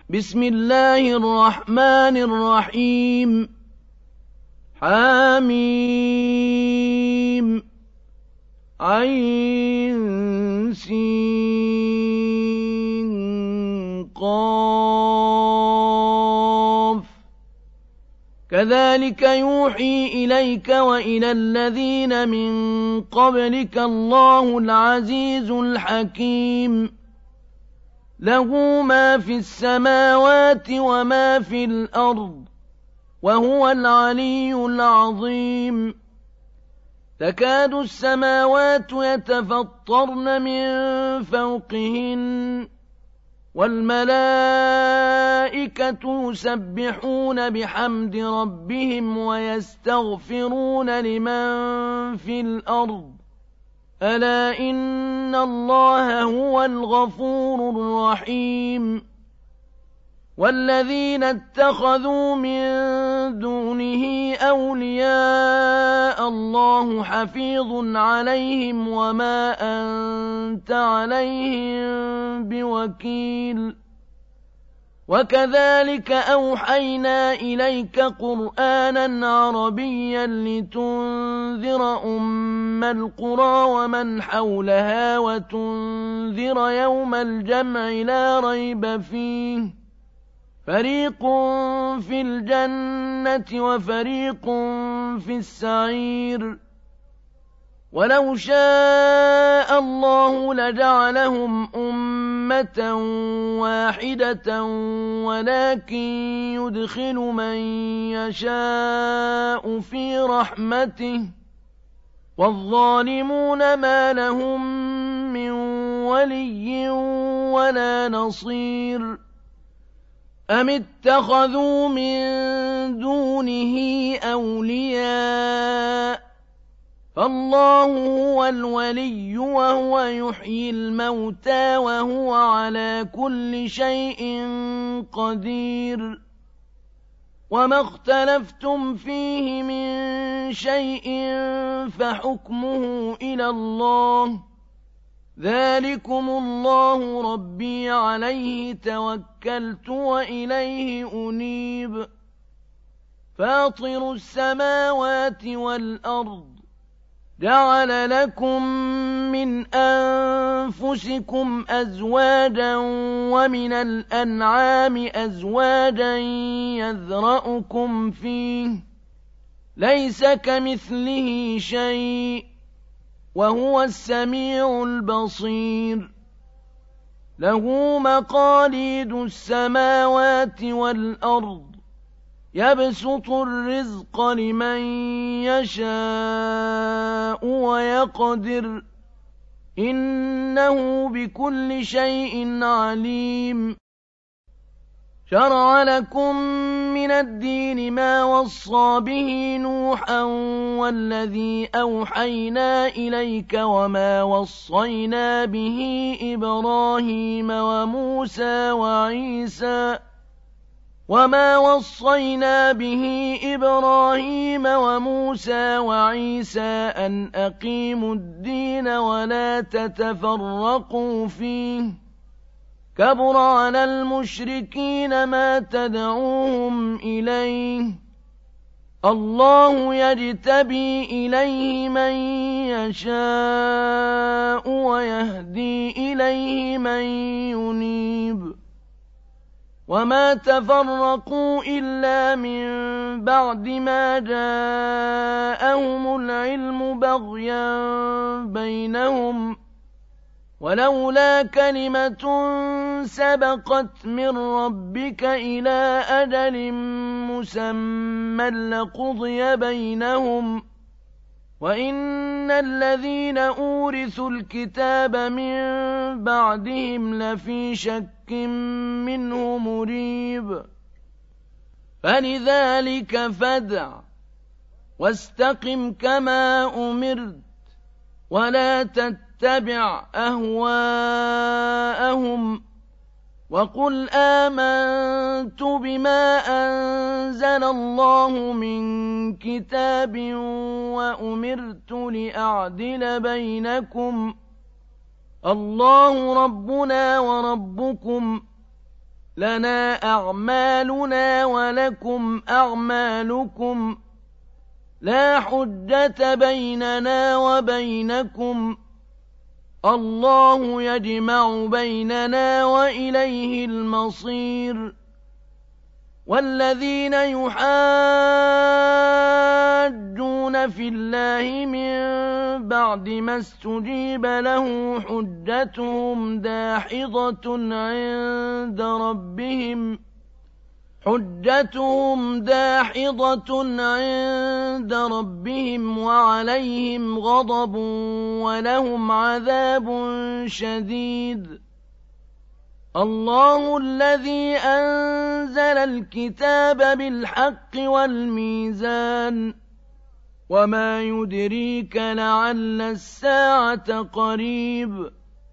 بسم الله الرحمن الرحيم حميم عين سين قاف كذلك يوحي إليك وإلى الذين من قبلك الله العزيز الحكيم له ما في السماوات وما في الأرض وهو العلي العظيم تكاد السماوات يتفطرن من فوقهن والملائكة يسبحون بحمد ربهم ويستغفرون لمن في الأرض ألا إن الله هو الغفور الرحيم والذين اتخذوا من دونه أولياء الله حفيظ عليهم وما أنت عليهم بوكيل وكذلك أوحينا إليك قرآنا عربيا لتنذر أم القرى ومن حولها وتنذر يوم الجمع لا ريب فيه فريق في الجنة وفريق في السعير ولو شاء الله لجعلهم أمة واحدة ولكن يدخل من يشاء في رحمته والظالمون ما لهم من ولي ولا نصير أم اتخذوا من دونه أولياء فالله هو الولي وهو يحيي الموتى وهو على كل شيء قدير وما اختلفتم فيه من شيء فحكمه إلى الله ذلكم الله ربي عليه توكلت وإليه أنيب فاطر السماوات والأرض جعل لكم من أنفسكم أزواجا ومن الأنعام أزواجا يذرأكم فيه ليس كمثله شيء وهو السميع البصير له مقاليد السماوات والأرض يبسط الرزق لمن يشاء ويقدر إنه بكل شيء عليم شرع لكم من الدين ما وصى به نوحا والذي أوحينا إليك وما وصينا به إبراهيم وموسى وعيسى أن أقيموا الدين ولا تتفرقوا فيه كبر على المشركين ما تدعوهم إليه الله يجتبي إليه من يشاء ويهدي إليه من ينيب وما تفرقوا إلا من بعد ما جاءهم العلم بغيا بينهم ولولا كلمة سبقت من ربك إلى أجل مسمى لقضي بينهم وإن الذين أورثوا الكتاب من بعدهم لفي شك منه مريب فلذلك فادع واستقم كما أمرت ولا تتبع أهواءهم وقل آمنت بما أنزل الله من كتاب وأمرت لأعدل بينكم الله ربنا وربكم لنا أعمالنا ولكم أعمالكم لا حجة بيننا وبينكم الله يجمع بيننا وإليه المصير والذين يحاجون في الله من بعد ما استجيب له حجتهم داحضة عند ربهم وعليهم غضب ولهم عذاب شديد الله الذي أنزل الكتاب بالحق والميزان وما يدريك لعل الساعة قريب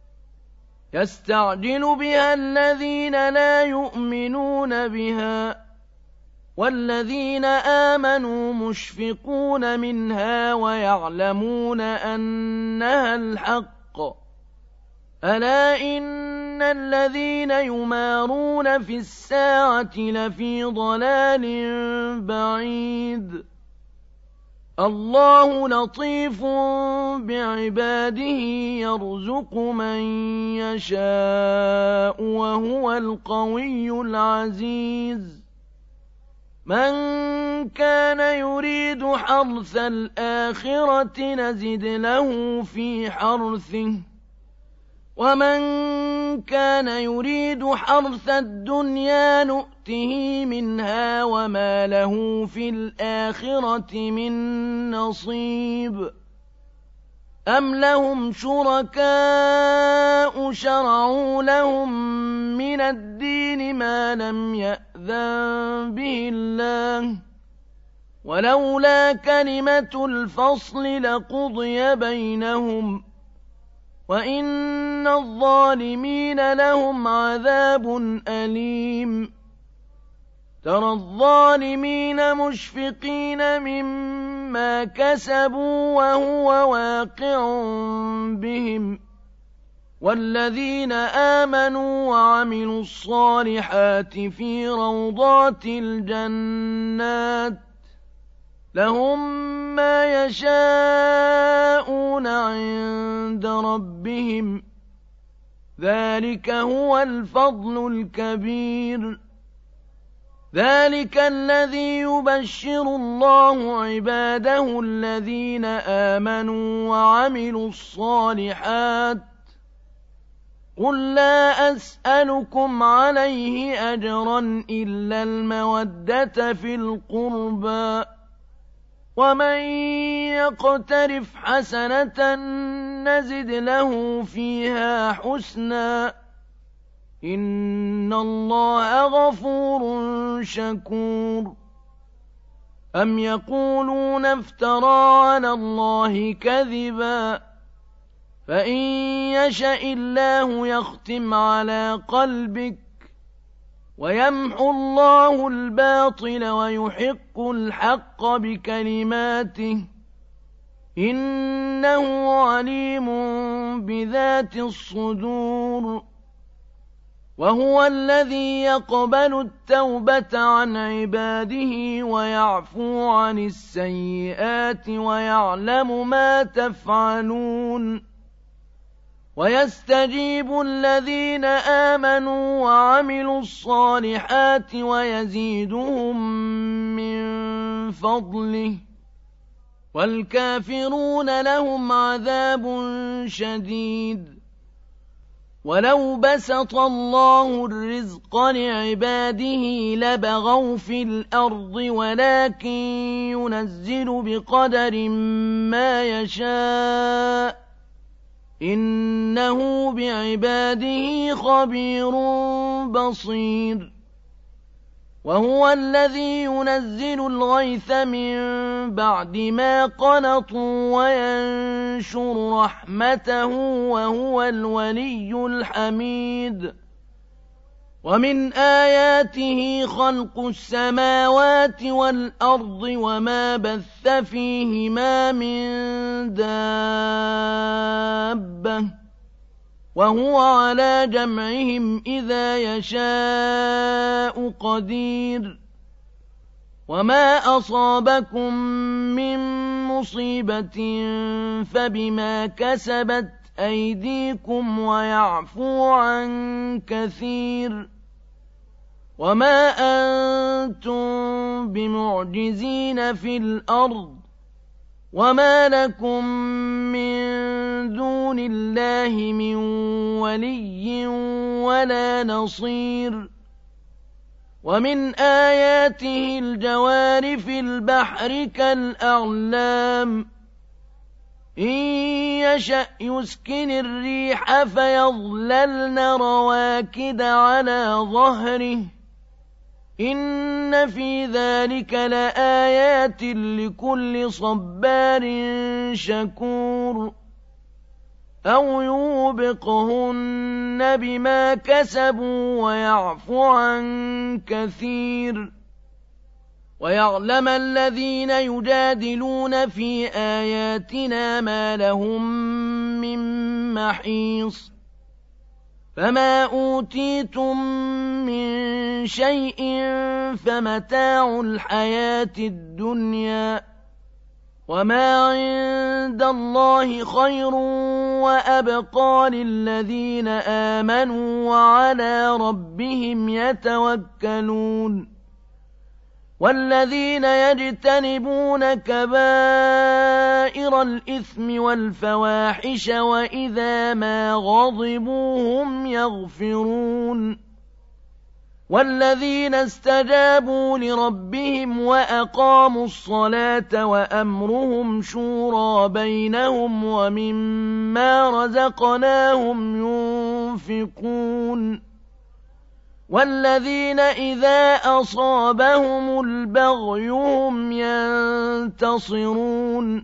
يستعجل بها الذين لا يؤمنون بها والذين آمنوا مشفقون منها ويعلمون أنها الحق ألا إن الذين يمارون في الساعة لفي ضلال بعيد الله لطيف بعباده يرزق من يشاء وهو القوي العزيز من كان يريد حرث الآخرة نزد له في حرثه ومن كان يريد حرث الدنيا نؤته منها وما له في الآخرة من نصيب أم لهم شركاء شرعوا لهم من الدين ما لم يأذن به الله ولولا كلمة الفصل لقضي بينهم وإن الظالمين لهم عذاب أليم ترى الظالمين مشفقين مما كسبوا وهو واقع بهم والذين آمنوا وعملوا الصالحات في روضات الجنات لهم ما يشاءون عند ربهم ذلك هو الفضل الكبير ذلك الذي يبشر الله عباده الذين آمنوا وعملوا الصالحات قل لا أسألكم عليه أجرا إلا المودة في القربى ومن يقترف حسنة نزد له فيها حسنا إن الله غفور شكور أم يقولون افترى على الله كذبا فإن يشأ الله يختم على قلبك ويمحو الله الباطل ويحق الحق بكلماته إنه عليم بذات الصدور وهو الذي يقبل التوبة عن عباده ويعفو عن السيئات ويعلم ما تفعلون ويستجيب الذين آمنوا وعملوا الصالحات ويزيدهم من فضله والكافرون لهم عذاب شديد ولو بسط الله الرزق لعباده لبغوا في الأرض ولكن ينزل بقدر ما يشاء إنه بعباده خبير بصير وهو الذي ينزل الغيث من بعد ما قنطوا وينشر رحمته وهو الولي الحميد ومن آياته خلق السماوات والأرض وما بث فيهما من دابة وهو على جمعهم إذا يشاء قدير وما أصابكم من مصيبة فبما كسبت أيديكم ويعفو عن كثير وما أنتم بمعجزين في الأرض وما لكم من دون الله من ولي ولا نصير ومن آياته الجوار في البحر كالأعلام إن يشأ يسكن الريح فيظللن رواكد على ظهره إن في ذلك لآيات لكل صبار شكور أو يوبقهن بما كسبوا ويعفو عن كثير ويعلم الذين يجادلون في آياتنا ما لهم من محيص فما أوتيتم من شيء فمتاع الحياة الدنيا وما عند الله خير وأبقى للذين آمنوا وعلى ربهم يتوكلون والذين يجتنبون كبائر الإثم والفواحش وإذا ما غضبوا هم يغفرون والذين استجابوا لربهم وأقاموا الصلاة وأمرهم شورى بينهم ومما رزقناهم ينفقون والذين إذا أصابهم البغي هم ينتصرون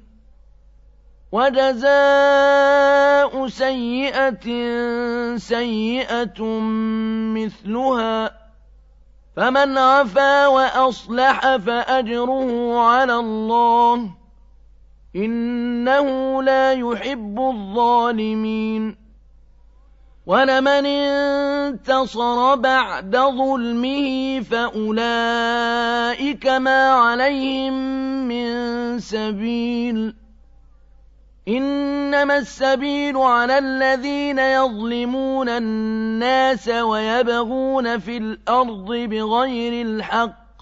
وجزاء سيئة سيئة مثلها فمن عفا وأصلح فأجره على الله إنه لا يحب الظالمين ولمن انتصر بعد ظلمه فأولئك ما عليهم من سبيل إنما السبيل على الذين يظلمون الناس ويبغون في الأرض بغير الحق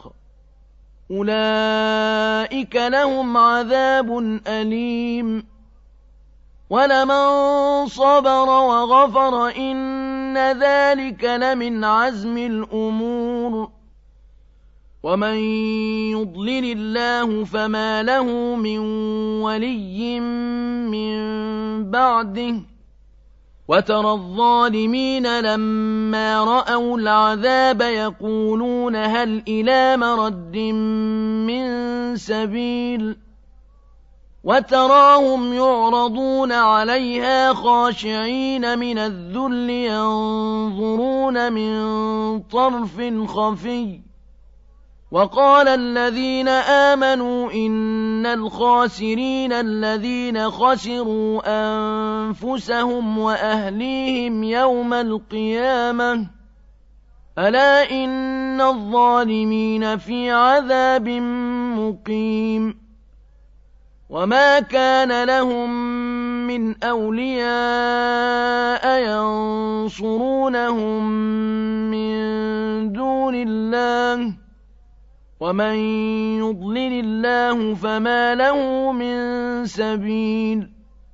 أولئك لهم عذاب أليم ولمن صبر وغفر إن ذلك لمن عزم الأمور ومن يضلل الله فما له من ولي من بعده وترى الظالمين لما رأوا العذاب يقولون هل إلى مرد من سبيل وتراهم يعرضون عليها خاشعين من الذل ينظرون من طرف خفي وقال الذين آمنوا إن الخاسرين الذين خسروا أنفسهم وأهليهم يوم القيامة ألا إن الظالمين في عذاب مقيم وما كان لهم من أولياء ينصرونهم من دون الله ومن يضلل الله فما له من سبيل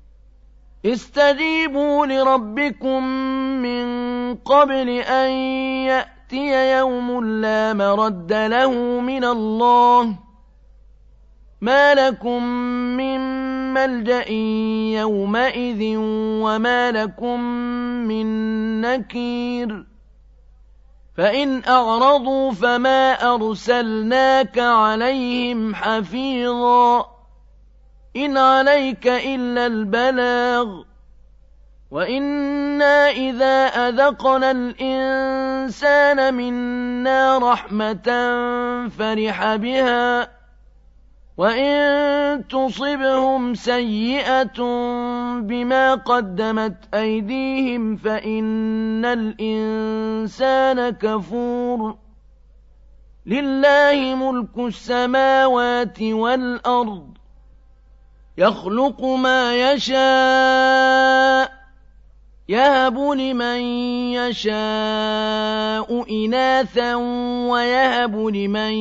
استجيبوا لربكم من قبل أن يأتي يوم لا مرد له من الله ما لكم من ملجأ يومئذ وما لكم من نكير فإن أعرضوا فما أرسلناك عليهم حفيظا إن عليك إلا البلاغ وإنا إذا أذقنا الإنسان منا رحمة فرح بها وَإِن تُصِبْهُمْ سَيِّئَةٌ بِمَا قَدَّمَتْ أَيْدِيهِمْ فَإِنَّ الْإِنسَانَ كَفُورٌ لِلَّهِ مُلْكُ السَّمَاوَاتِ وَالْأَرْضِ يَخْلُقُ مَا يَشَاءُ يَهَبُ لِمَن يَشَاءُ إِنَاثًا وَيَهَبُ لِمَن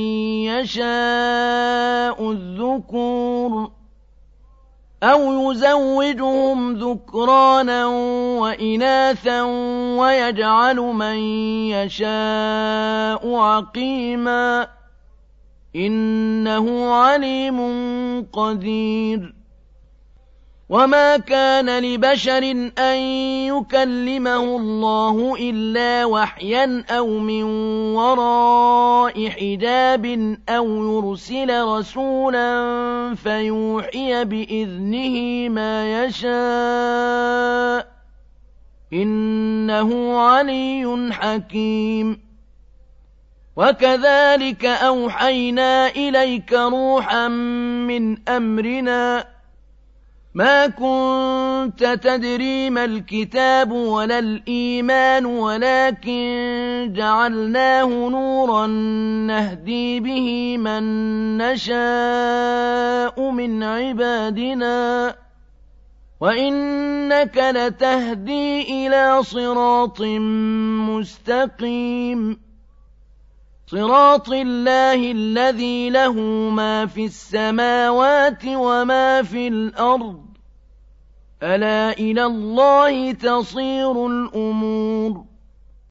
يَشَاءُ الذُّكُورَ أَوْ يُزَوِّجُهُمْ ذُكْرَانًا وَإِنَاثًا وَيَجْعَلُ مَن يَشَاءُ عَقِيمًا ۚ إِنَّهُ عَلِيمٌ قَدِيرٌ وَمَا كَانَ لِبَشَرٍ أَن يُكَلِّمَهُ اللَّهُ إِلَّا وَحْيًا أَوْ مِن وَرَاءِ حِجَابٍ أَوْ يُرْسِلَ رَسُولًا فَيُوحِيَ بِإِذْنِهِ مَا يَشَاءُ ۚ إِنَّهُ عَلِيٌّ حَكِيمٌ وَكَذَٰلِكَ أَوْحَيْنَا إِلَيْكَ رُوحًا مِّنْ أَمْرِنَا مَا كُنتَ تَدْرِي مَا الْكِتَابُ وَلَا الْإِيمَانُ وَلَٰكِن جَعَلْنَاهُ نُورًا نَّهْدِي بِهِ مَن نَّشَاءُ مِنْ عِبَادِنَا ۚ وَإِنَّكَ لَتَهْدِي إِلَىٰ صِرَاطٍ مُّسْتَقِيمٍ صِرَاطِ اللَّهِ الَّذِي لَهُ مَا فِي السَّمَاوَاتِ وَمَا فِي الْأَرْضِ ۗ أَلَا إِلَى اللَّهِ تَصِيرُ الْأُمُورُ